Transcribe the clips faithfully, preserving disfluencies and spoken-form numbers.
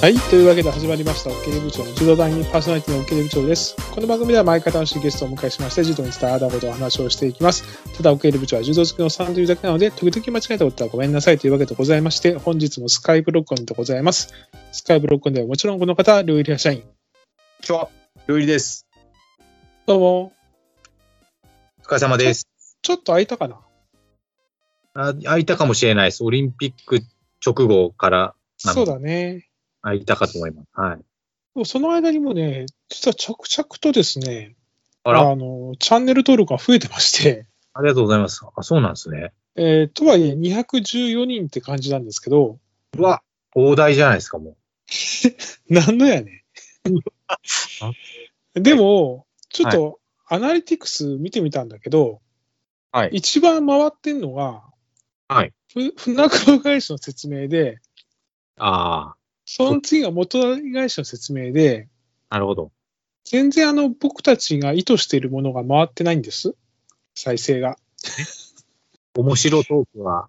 はい、というわけで始まりました OK 部長の柔道団員パーソナリティの OK 部長です。この番組では毎回楽しいゲストをお迎えしまして柔道に伝わったことをお話をしていきます。ただ OK 部長は柔道好きのさんというだけなので時々間違えたことはごめんなさいというわけでございまして、本日もスカイプ録音でございます。スカイプ録音ではもちろんこの方、両入り社員。 こんにちは、両入りです。 どうも。 お疲れ様です。 ちょっと空いたかなあ、空いたかもしれないです。オリンピック直後からそうだね。 空いたかと思います。はい。 その間にもね、実は着々とですね、 あら、 あの、チャンネル登録が増えてまして、 ありがとうございます。あ、そうなんですね。 えー、とはいえにひゃくじゅうよにんって感じなんですけど、 うわ、大台じゃないですか、もなんのやねう。 ん。でも、ちょっとアナリティクス見てみたんだけど、 はい。 一番回ってんのが、 はい。 ふ船川返しの説明で、 ああ、 その次が元返しの説明で、 なるほど。 全然あの僕たちが意図しているものが回ってないんです。再生が。 面白トークは。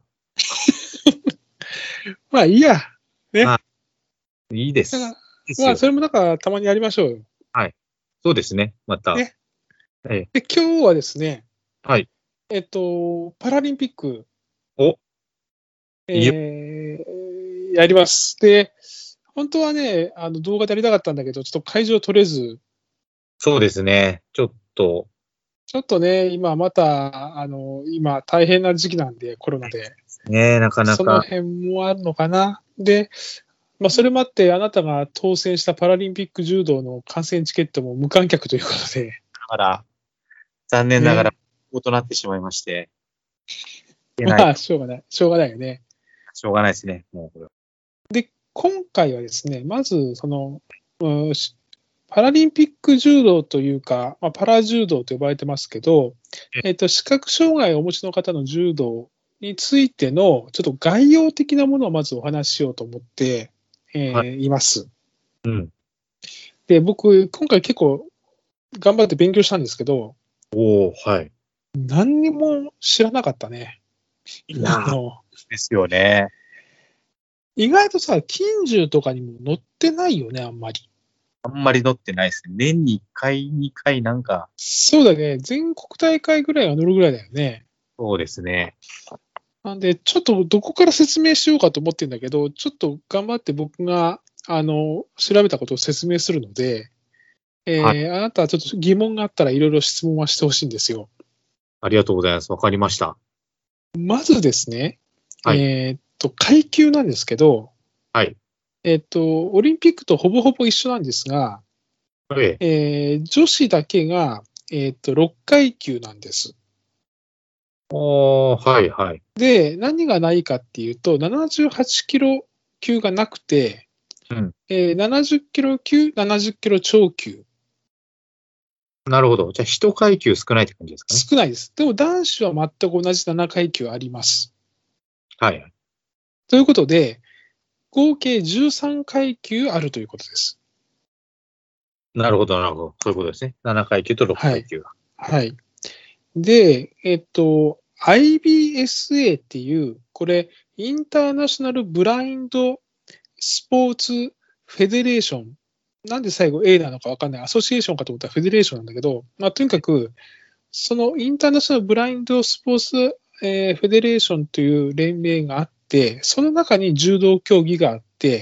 まあいいや。ね。 あ、いいです。 だからですよ。 まあそれもだからたまにやりましょうよ。 はい。そうですね。また。 ね。 ええ、 で、今日はですね、 はい。 えっと、パラリンピック、 お、いいよ。 えー、やります。で、本当はね、あの動画でやりたかったんだけど、ちょっと会場取れず、 そうですね。ちょっと、 ちょっとね、今また、あの、今大変な時期なんで、コロナで。 ね、なかなそのか。 辺もあるのかな。で、まあ、それもあって、あなたが当選したパラリンピック柔道の観戦チケットも無観客ということで。 だから、残念ながら、 ね、 となってしまいまして。 まあ、しょうがない。しょうがないよね。 しょうがないですね。もうこれは。 で、今回はですね、まず、その、うん、パラリンピック柔道というか、まあ、パラ柔道と呼ばれてますけど、えっと、視覚障害をお持ちの方の柔道についての、ちょっと概要的なものをまずお話ししようと思って、えーはい、 います。 うん。 で、僕、今回結構頑張って勉強したんですけど、 おー、はい。 何にも知らなかったね。 いやあのですよね。 意外とさ、近所とかにも載ってないよね、あんまり。 あんまり乗ってないですね。年にいっかい、にかいなんか、 そうだね、全国大会ぐらいは載るぐらいだよね。 そうですね。 なんで、ちょっとどこから説明しようかと思ってるんだけど、ちょっと頑張って僕が、あの、調べたことを説明するので、 はい。 えー、あなたはちょっと疑問があったらいろいろ質問はしてほしいんですよ。 ありがとうございます。わかりました。 まずですね、 はい。 えーっと、階級なんですけど、 はい。 えーっと、オリンピックとほぼほぼ一緒なんですが、 ええ。 えー女子だけが、えーっと、ろっかい級なんです。 おー、はい、はい。 で、何がないかっていうと、ななじゅうはちキロ級がなくて、 うん。 えーななじゅっキロ級、ななじゅっキロ超級。 なるほど。じゃあ、一階級少ないって感じですかね。 少ないです。でも男子は全く同じななかい級あります。 はい。 ということで、合計じゅうさんかい級あるということです。 なるほど、なるほど。そういうことですね。ななかい級とろっかい級が。 はい。で、えっと、アイビーエスエー っていう、これ、インターナショナルブラインドスポーツフェデレーション。なんで最後 A なのかわかんない。アソシエーションかと思ったらフェデレーションなんだけど、まあ、とにかく、そのインターナショナルブラインドスポーツ、えーフェデレーションという連盟があって、その中に柔道競技があって、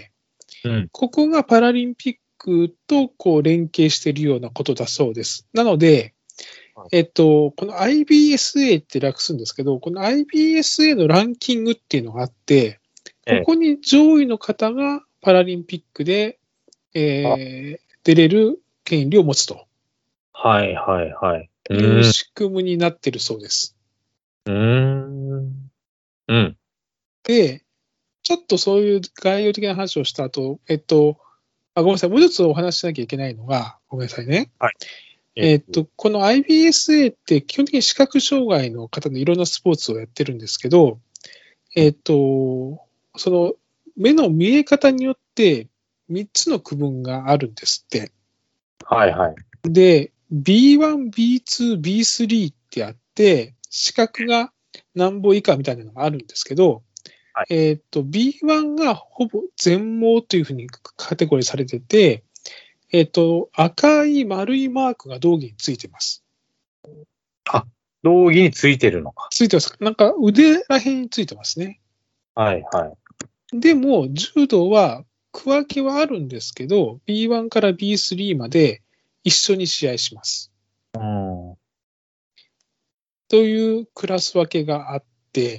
うん。 ここがパラリンピックとこう連携しているようなことだそうです。なので、えっと、この アイビーエスエー って略するんですけど、この アイビーエスエー のランキングっていうのがあって、 ええ。 ここに上位の方がパラリンピックで、 あ、 えー出れる権利を持つとはい、はい、はい。ういうーん。 仕組みになっているそうです。 うーん。うん。 で、ちょっとそういう概要的な話をした後、えっと、あ、ごめんなさい、もう一つお話ししなきゃいけないのが、ごめんなさいね。 はい。ええっと、この アイビーエスエー って基本的に視覚障害の方のいろんなスポーツをやってるんですけど、えっと、その目の見え方によってみっつの区分があるんですって。 はい、はい。 で、ビーワン、ビーツー、ビースリー ってあって、視覚が何歩以下みたいなのがあるんですけど、 はいえっと、ビーワン がほぼ全盲というふうにカテゴリーされてて、えっと、赤い丸いマークが道着についてます。 あ、道着についてるのか。 ついてます。なんか腕らへんについてますね。 はいはい。 でも、柔道は区分けはあるんですけど、ビーワン から ビースリー まで一緒に試合します。 うん。 というクラス分けがあって、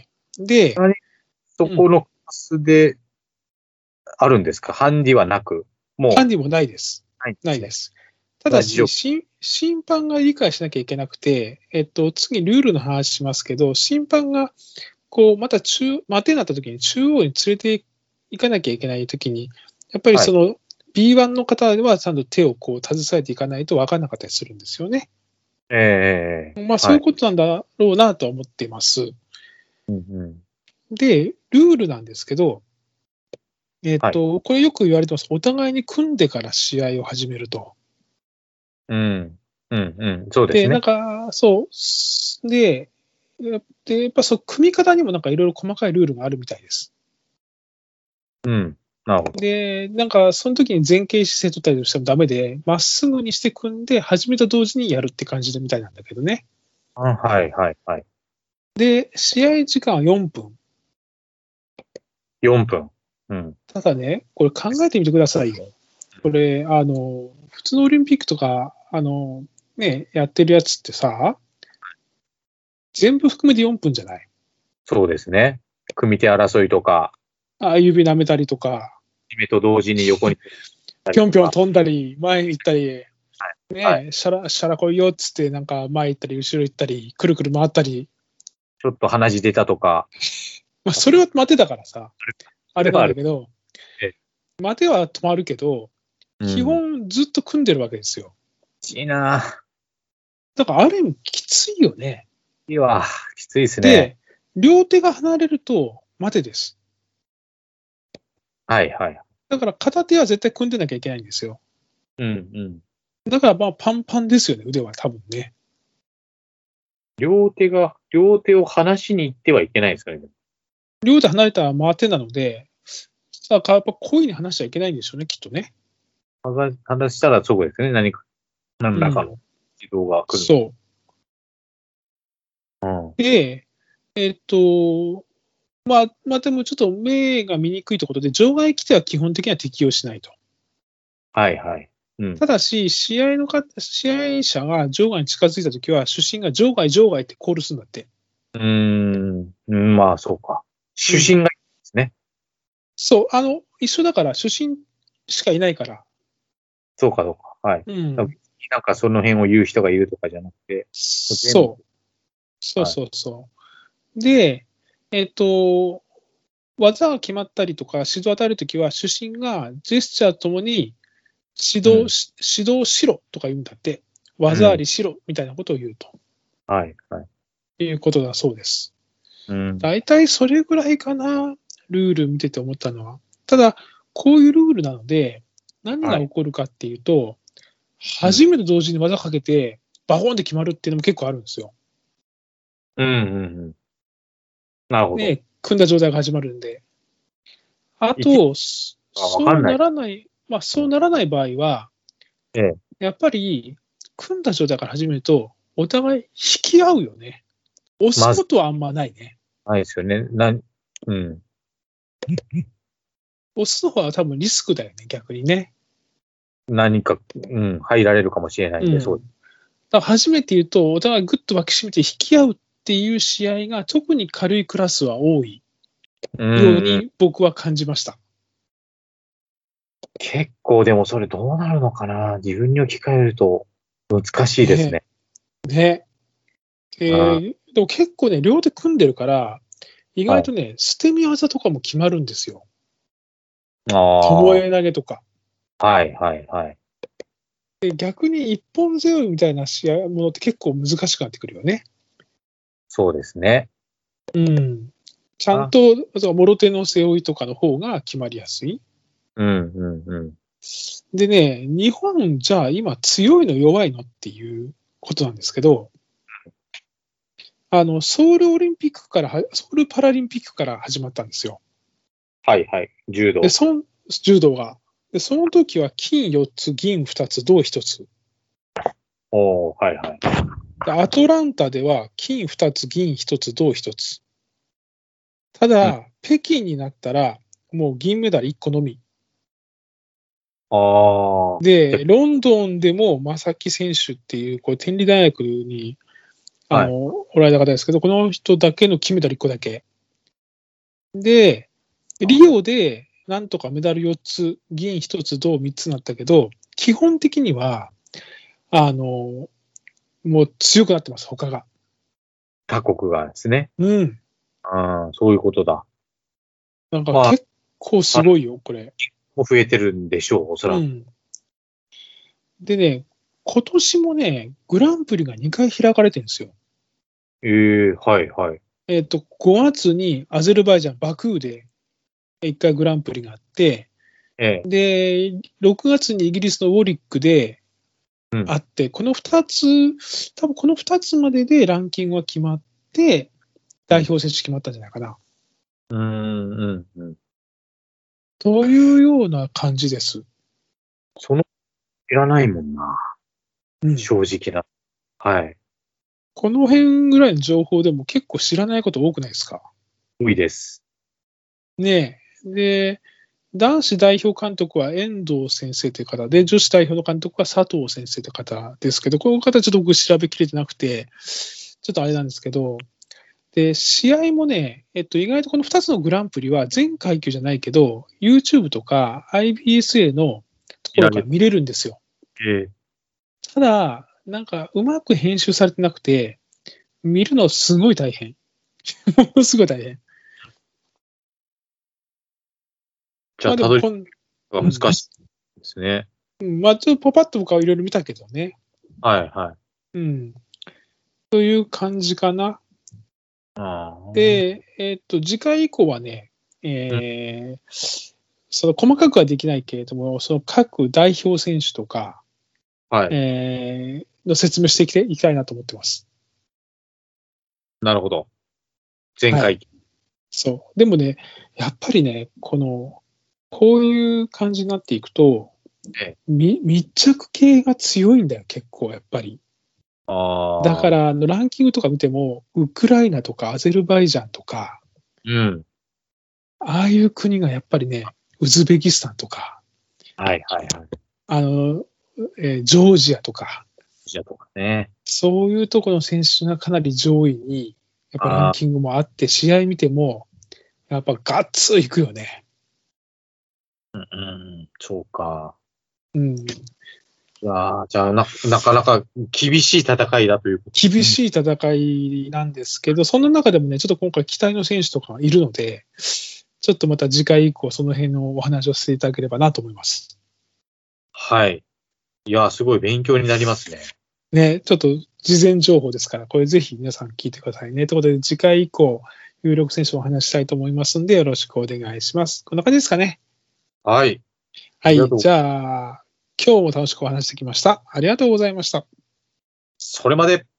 で、 何そこのクラスであるんですか？ハンディはなく、もうハンディもないです。 ないんですね。 ないです。ただし、 同じよ。 審審判が理解しなきゃいけなくて、えっと、次、ルールの話しますけど、審判が、こう、また中、待てになった時に中央に連れて行かなきゃいけない時に、やっぱりその、ビーワン の方はちゃんと手をこう携えていかないと分からなかったりするんですよね。 ええまあ、そうはい。 いうことなんだろうなとは思っています。 うんうんで、ルールなんですけど、えっはい。 と、これよく言われてます。お互いに組んでから試合を始めると。 うん。うんうん。そうですで、なんね。 か、そう、で、やでやっぱそう、組み方にもなんかいろいろ細かいルールがあるみたいです。 うん。なるほど。 で、なんか、その時に前傾姿勢取ったりしてもダメで、まっすぐにして組んで、始めと同時にやるって感じでみたいなんだけどね。 あはいはいはい。 で、試合時間はよんぷん。 よんぷん。うん。 ただね、これ考えてみてくださいよ。これ、あの、普通のオリンピックとか、あの、ね、やってるやつってさ、全部含めてよんぷんじゃない。 そうですね。組み手争いとか、 あ、指舐めたりとか、 目と同時に横にぴょんぴょんとか。 飛んだり、前に行ったり、 はい。 ね、シャラ、シャラ来いよっつって、なんか前行ったり、後ろ行ったり、くるくる回ったり、 ちょっと鼻血出たとか。 まあ、それは待てだからさ、あれそれはある。 なんだけど、 え待ては止まるけど、基うん。 本ずっと組んでるわけですよ。 きついなぁ。 だからある意味きついよね。 いいわ。きついですね。 で、両手が離れると待てです。 はいはい。 だから片手は絶対組んでなきゃいけないんですよ。 うんうん。 だからまあパンパンですよね、腕は多分ね。 両手が、両手を離しに行ってはいけないですかね。 両手離れたら回手なので、さあやっぱ故意に離しちゃいけないんでしょうね、きっとね。 離離したらそうですね。何か、何らかのうん。 指導が来る。 そう。 うん。 で、えっと、まあ、まあでもちょっと目が見にくいところで、場外規定は基本的には適用しないと。 はいはい。うん。 ただし、試合のか、試合者が場外に近づいたときは、主審が場外、場外ってコールするんだって。 うーん。うんまあ、そうか。 うん。 主審がいいですね。 そう、あの、一緒だから、主審しかいないから。 そうか、そうか。はい。 うん。 なんかその辺を言う人がいるとかじゃなくて、全部。 そう。そうはい。 そうそう。で、えっと、技が決まったりとか、指導を与えるときは、主審がジェスチャーともに指うん。 導し、指導しろとか言うんだって。 うん。 技ありしろみたいなことを言うとはい。はい。 いうことだそうです。 うん。 大体それぐらいかな、ルール見てて思ったのは。ただ、こういうルールなので、何がはい。 起こるかっていうと、 うん。 初めて同時に技かけて、バコーンって決まるっていうのも結構あるんですよ。 うん。うん。うんなるほど。 ね、組んだ状態が始まるんで。あ一と、 はわかそうなんない。 らない、まあそうならない場合は、 ええ。 やっぱり、組んだ状態から始めると、お互い引き合うよね。押すまず、 ことはあんまないね。 ないですよね。なん、うん。 押すのは多分リスクだよね、逆にね。 何か、うん、入られるかもしれないんで、そう。 うん。だから初めて言うと、お互いぐっと抱きしめて引き合うっていう試合が特に軽いクラスは多いうようん、うん。 に僕は感じました。 結構でもそれどうなるのかな。自分に置き換えると難しいですねね。 ね。 あえーでも結構ね、両手組んでるから、意はい。 外とね、捨て身技とかも決まるんですよ。 ああ、 巴投げとか。 はい、はい、はい。 で逆に一本背負いみたいな試合ものって結構難しくなってくるよね。 そうですね。 うん。ちゃんあ、 と、もろ手の背負いとかの方が決まりやすい。 うん、うん、うん。 でね、日本じゃあ今強いの弱いのっていうことなんですけど、あの、ソウルオリンピックからは、ソウルパラリンピックから始まったんですよ。 はいはい。柔道で、。そん、柔道が。で、その時は金よっつ、銀ふたつ、銅ひとつ。 おー、はいはい。 でアトランタでは金ふたつ、銀ひとつ、銅ひとつ。ただ、 うん北京になったら、もう銀メダルいっこのみ。 あー。 で、ロンドンでも正木選手っていう、これ天理大学に、あの、 はいおられた方ですけど、この人だけの金メダルいっこだけ。で、リオでなんとかメダルよっつ、銀ひとつ、銅みっつになったけど、基本的には、あの、もう強くなってます、他が。 他国がですね。 うん。 あー、そういうことだ。 なんかまあ、 結構すごいよ、これ。 もう増えてるんでしょう、おそらく。 うん。でね、今年もね、グランプリがにかい開かれてるんですよ。 ええはいはい。 えっと、ごがつにアゼルバイジャン、バクーでいっかいグランプリがあって、 ええ。 で、ろくがつにイギリスのウォリックでうんあって、このふたつ、多分このふたつまででランキングが決まって、代表選手決まったんじゃないかな。 うーん、うん、うん。 というような感じです。 その、いらないもんな。 うん、 正直な。はい。 この辺ぐらいの情報でも結構知らないこと多くないですか。 多いです。 ねえ。で、男子代表監督は遠藤先生という方で、女子代表の監督は佐藤先生という方ですけど、この方ちょっと僕調べきれてなくて、ちょっとあれなんですけど、で、試合もね、えっと、意外とこのふたつのグランプリは全階級じゃないけど、YouTube とか アイビーエスエー のところから見れるんですよ。 ええただ、なんかうまく編集されてなくて、見るのすごい大変。ものすごい大変。 じゃあ、 まあでたどり着もこん、 くのが難しいですね。 うんまあちょっとポパッと僕はいろいろ見たけどね。 はい、はい。 うん。という感じかな。 ああ。 で、えっと、次回以降はね、 うん、 えーその細かくはできないけれども、その各代表選手とか、 はい。 えーの説明していきていきたいなと思ってます。 なるほど。前回。 はい。そう。でもね、やっぱりね、この、こういう感じになっていくと、 ええみ密着系が強いんだよ、結構、やっぱり。だかああ。 ら、あのランキングとか見ても、ウクライナとかアゼルバイジャンとか、 うん。 ああいう国がやっぱりね、ウズベキスタンとか、 はい、はい、はい。 あの、えージョージアとか、 じゃとかね。 そういうところの選手がかなり上位に、やっぱランああ。 キングもあって、試合見ても、やっぱガッツいくよね。 うん、うん、そうか。 うん。 いやーじゃあな、なかなか厳しい戦いだということですね。 厳しい戦いなんですけど、その中でもね、ちょっと今回期待の選手とかいるので、ちょっとまた次回以降、その辺のお話をしていただければなと思います。 はい。いやーすごい勉強になりますね。 ね、ちょっと事前情報ですから、これぜひ皆さん聞いてくださいね。ということで、次回以降、有力選手をお話ししたいと思いますんで、よろしくお願いします。こんな感じですかね。 はい。 はい。 ありがとうじゃあ、今日も楽しくお話してきました。ありがとうございました。 それまで。